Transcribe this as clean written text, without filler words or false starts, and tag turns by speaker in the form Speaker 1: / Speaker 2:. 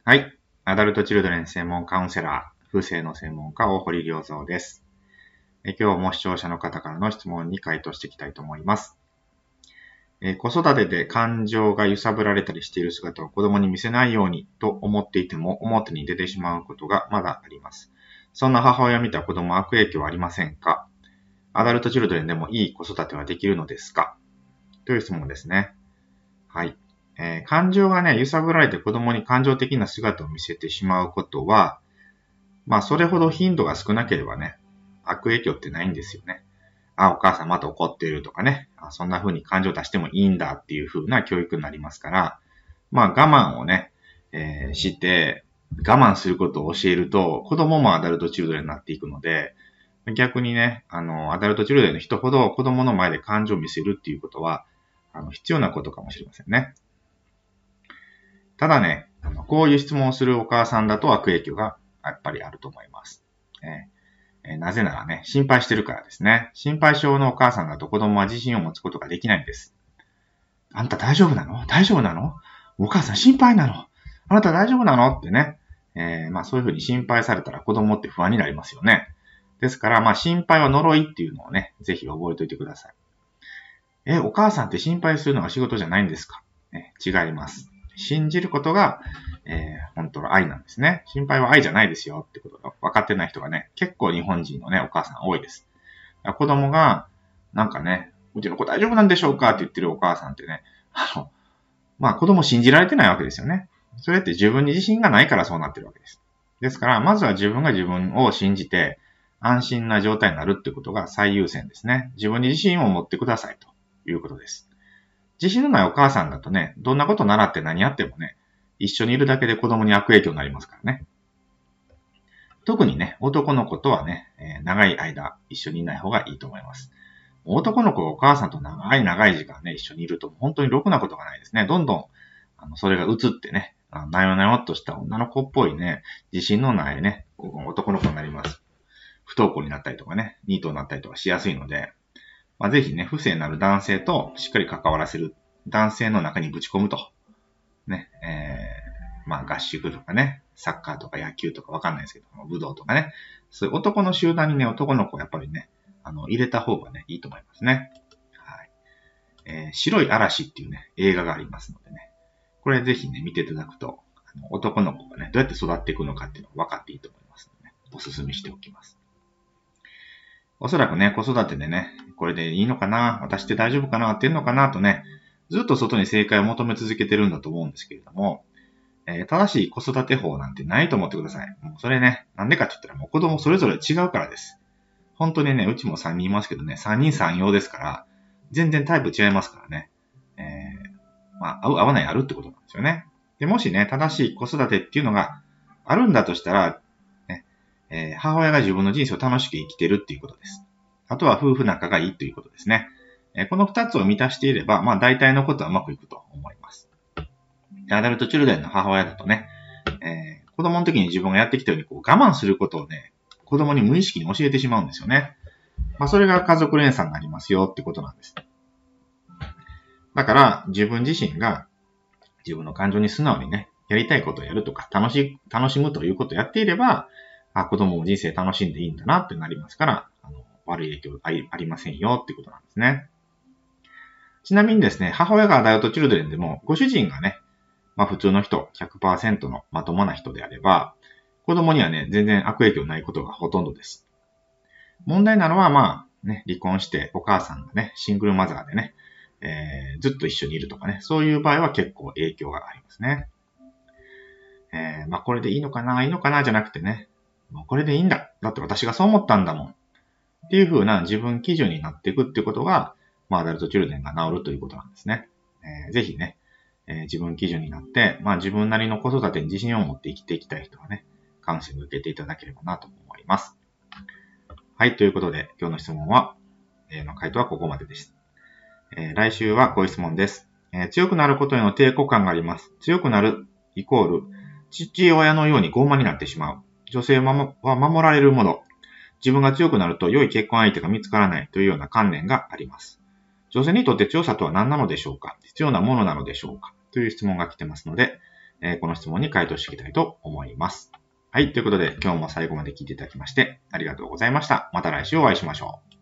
Speaker 1: はい。アダルトチルドレン専門カウンセラー、風性の専門家、大堀良三です。今日も視聴者の方からの質問に回答していきたいと思います。子育てで感情が揺さぶられたりしている姿を子供に見せないようにと思っていても表に出てしまうことがまだあります。そんな母親を見た子供は悪影響はありませんか？アダルトチルドレンでもいい子育てはできるのですか？という質問ですね。はい。感情がね、揺さぶられて子供に感情的な姿を見せてしまうことは、それほど頻度が少なければね、悪影響ってないんですよね。お母さんまた怒っているとかね、そんな風に感情出してもいいんだっていう風な教育になりますから、我慢をね、して、我慢することを教えると、子供もアダルトチルドレンになっていくので、逆にね、アダルトチルドレンの人ほど子供の前で感情を見せるっていうことは、必要なことかもしれませんね。ただね、こういう質問をするお母さんだと悪影響がやっぱりあると思います。なぜならね、心配してるからですね。心配性のお母さんだと子供は自信を持つことができないんです。あんた大丈夫なの？大丈夫なの？お母さん心配なの？あなた大丈夫なの？ってね。そういうふうに心配されたら子供って不安になりますよね。ですから、心配は呪いっていうのをね、ぜひ覚えておいてください。お母さんって心配するのが仕事じゃないんですか？違います。信じることが、本当の愛なんですね。心配は愛じゃないですよってことが分かってない人がね、結構日本人のね、お母さん多いです。子供が、なんかね、うちの子大丈夫なんでしょうかって言ってるお母さんってね、子供信じられてないわけですよね。それって自分に自信がないからそうなってるわけです。ですから、まずは自分が自分を信じて、安心な状態になるってことが最優先ですね。自分に自信を持ってくださいということです。自信のないお母さんだとね、どんなこと習って何やってもね、一緒にいるだけで子供に悪影響になりますからね。特にね、男の子とはね、長い間一緒にいない方がいいと思います。男の子がお母さんと長い時間ね、一緒にいると本当にろくなことがないですね。どんどん、それが移ってね、なよなよっとした女の子っぽいね、自信のないね、男の子になります。不登校になったりとかね、ニートになったりとかしやすいので、ぜひね、不正なる男性としっかり関わらせる。男性の中にぶち込むと。ね、合宿とかね、サッカーとか野球とかわかんないですけど、武道とかね、そういう男の集団にね、男の子をやっぱりね、入れた方がね、いいと思いますね。はい。白い嵐っていうね、映画がありますのでね、これぜひね、見ていただくと、男の子がね、どうやって育っていくのかっていうのが分かっていいと思いますのでね、お勧めしておきます。おそらくね、子育てでね、これでいいのかな？私って大丈夫かな？合ってんのかな？とね、ずっと外に正解を求め続けてるんだと思うんですけれども、正しい子育て法なんてないと思ってください。もうそれね、なんでかって言ったらもう子供それぞれ違うからです。本当にね、うちも3人いますけどね、3人3様ですから、全然タイプ違いますからね。合う合わないあるってことなんですよね。で、もしね、正しい子育てっていうのがあるんだとしたら、母親が自分の人生を楽しく生きてるっていうことです。あとは夫婦仲がいいということですね。この2つを満たしていれば、大体のことはうまくいくと思います。アダルトチルドレンの母親だとね、子供の時に自分がやってきたように我慢することをね、子供に無意識に教えてしまうんですよね。それが家族連鎖になりますよってことなんです。だから自分自身が自分の感情に素直にね、やりたいことをやるとか、楽しむということをやっていれば、子供も人生楽しんでいいんだなってなりますから、悪い影響ありませんよってことなんですね。ちなみにですね、母親がアダルトチルドレンでも、ご主人がね、普通の人、100% のまともな人であれば、子供にはね、全然悪影響ないことがほとんどです。問題なのは、離婚してお母さんがね、シングルマザーでね、ずっと一緒にいるとかね、そういう場合は結構影響がありますね。これでいいのかなじゃなくてね、これでいいんだ。だって私がそう思ったんだもん。っていう風な自分基準になっていくっていうことが、アダルトチルドレンが治るということなんですね。ぜひね、自分基準になって、自分なりの子育てに自信を持って生きていきたい人はね、カウンセリング受けていただければなと思います。はい、ということで、今日の質問は、回答はここまでです。来週はこういう質問です。強くなることへの抵抗感があります。強くなるイコール、父親のように傲慢になってしまう。女性は守られるもの。自分が強くなると良い結婚相手が見つからないというような観念があります。女性にとって強さとは何なのでしょうか？必要なものなのでしょうか？という質問が来てますので、 この質問に回答していきたいと思います。はい。ということで、今日も最後まで聞いていただきまして、ありがとうございました。また来週お会いしましょう。